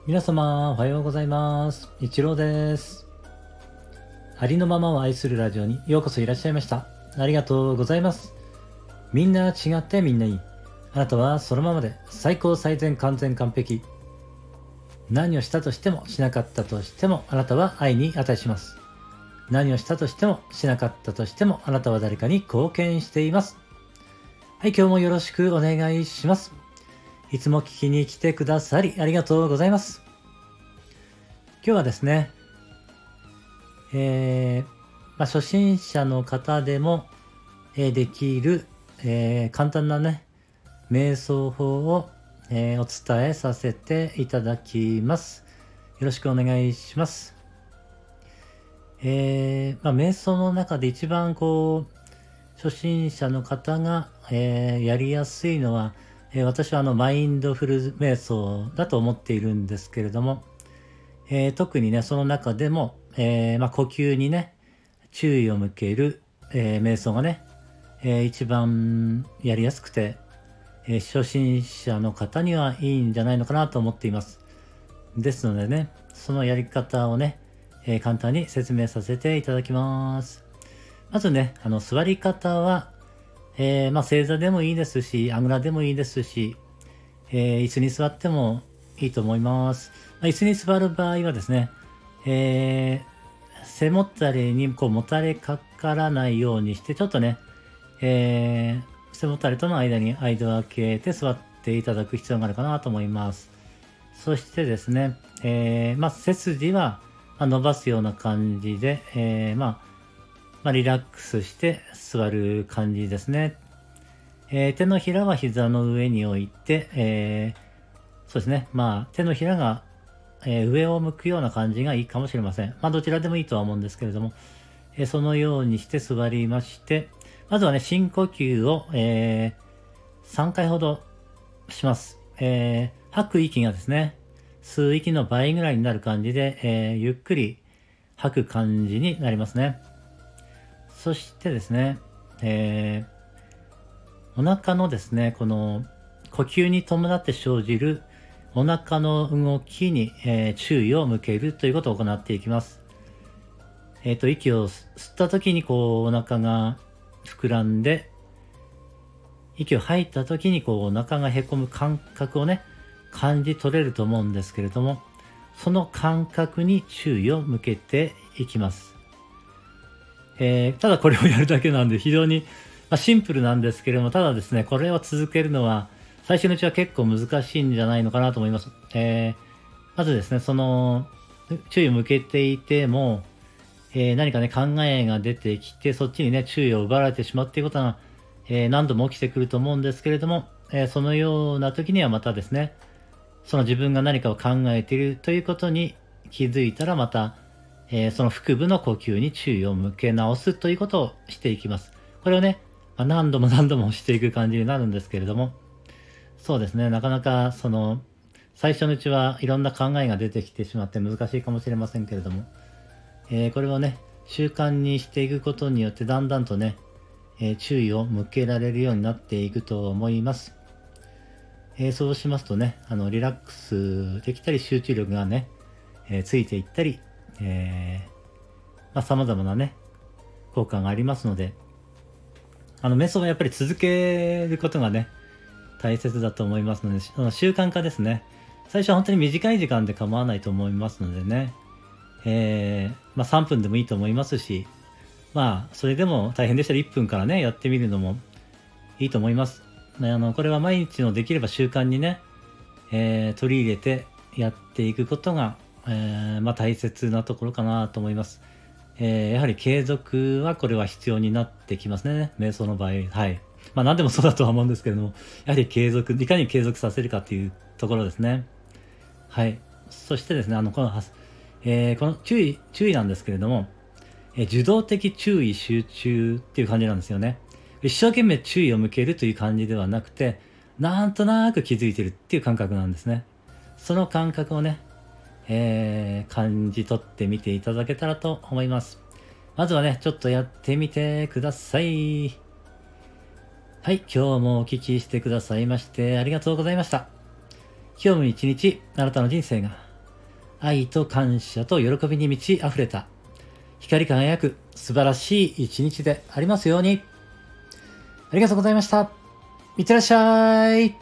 皆様おはようございます。一郎です。ありのままを愛するラジオにようこそいらっしゃいました。ありがとうございます。みんな違ってみんないい。あなたはそのままで最高最善完全完璧。何をしたとしてもしなかったとしてもあなたは愛に値します。何をしたとしてもしなかったとしてもあなたは誰かに貢献しています。はい、今日もよろしくお願いします。いつも聞きに来てくださりありがとうございます。今日はですね、初心者の方でも、できる、簡単なね、瞑想法を、お伝えさせていただきます。よろしくお願いします。瞑想の中で一番初心者の方が、やりやすいのは、私はマインドフル瞑想だと思っているんですけれども、特にね、その中でも、呼吸にね、注意を向ける、瞑想がね、一番やりやすくて、初心者の方にはいいんじゃないのかなと思っています。ですのでね、そのやり方をね、簡単に説明させていただきます。まずね、座り方は、正座でもいいですし、あぐらでもいいですし、椅子に座ってもいいと思います。椅子に座る場合はですね、背もたれにもたれかからないようにして、ちょっとね、背もたれとの間に間を空けて座っていただく必要があるかなと思います。そしてですね、背筋は伸ばすような感じで、リラックスして座る感じですね。手のひらは膝の上に置いて、そうですね、手のひらが、上を向くような感じがいいかもしれません。どちらでもいいとは思うんですけれども、そのようにして座りまして、まずはね、深呼吸を、3回ほどします。吐く息がですね、吸う息の倍ぐらいになる感じで、ゆっくり吐く感じになりますね。そしてですね、お腹のですね、この呼吸に伴って生じるお腹の動きに、注意を向けるということを行っていきます。息を吸った時にお腹が膨らんで、息を吐いた時にお腹がへこむ感覚をね、感じ取れると思うんですけれども、その感覚に注意を向けていきます。ただこれをやるだけなんで非常に、シンプルなんですけれども、ただですね、これを続けるのは最初のうちは結構難しいんじゃないのかなと思います。まずですね、注意を向けていても、何かね、考えが出てきて、そっちにね、注意を奪われてしまうっていうことが、何度も起きてくると思うんですけれども、そのような時にはまたですね、その自分が何かを考えているということに気づいたらまた、その腹部の呼吸に注意を向け直すということをしていきます。これをね、何度も何度もしていく感じになるんですけれども、そうですね、なかなか最初のうちはいろんな考えが出てきてしまって難しいかもしれませんけれども、これをね、習慣にしていくことによってだんだんとね、注意を向けられるようになっていくと思います。そうしますとね、リラックスできたり集中力がね、ついていったり、様々なね、効果がありますので、瞑想はやっぱり続けることがね、大切だと思いますので、習慣化ですね。最初は本当に短い時間で構わないと思いますのでね、3分でもいいと思いますし、それでも大変でしたら1分からね、やってみるのもいいと思います。これは毎日のできれば習慣にね、取り入れてやっていくことが、大切なところかなと思います。やはり継続はこれは必要になってきますね、瞑想の場合。はい。何でもそうだとは思うんですけれども、やはりいかに継続させるかというところですね。はい。そしてですね、この注意なんですけれども、受動的注意集中っていう感じなんですよね。一生懸命注意を向けるという感じではなくて、なんとなく気づいてるっていう感覚なんですね。その感覚をね、感じ取ってみていただけたらと思います。まずはね、ちょっとやってみてください。はい、今日もお聞きしてくださいましてありがとうございました。今日も一日、あなたの人生が愛と感謝と喜びに満ち溢れた、光り輝く素晴らしい一日でありますように。ありがとうございました。いってらっしゃい。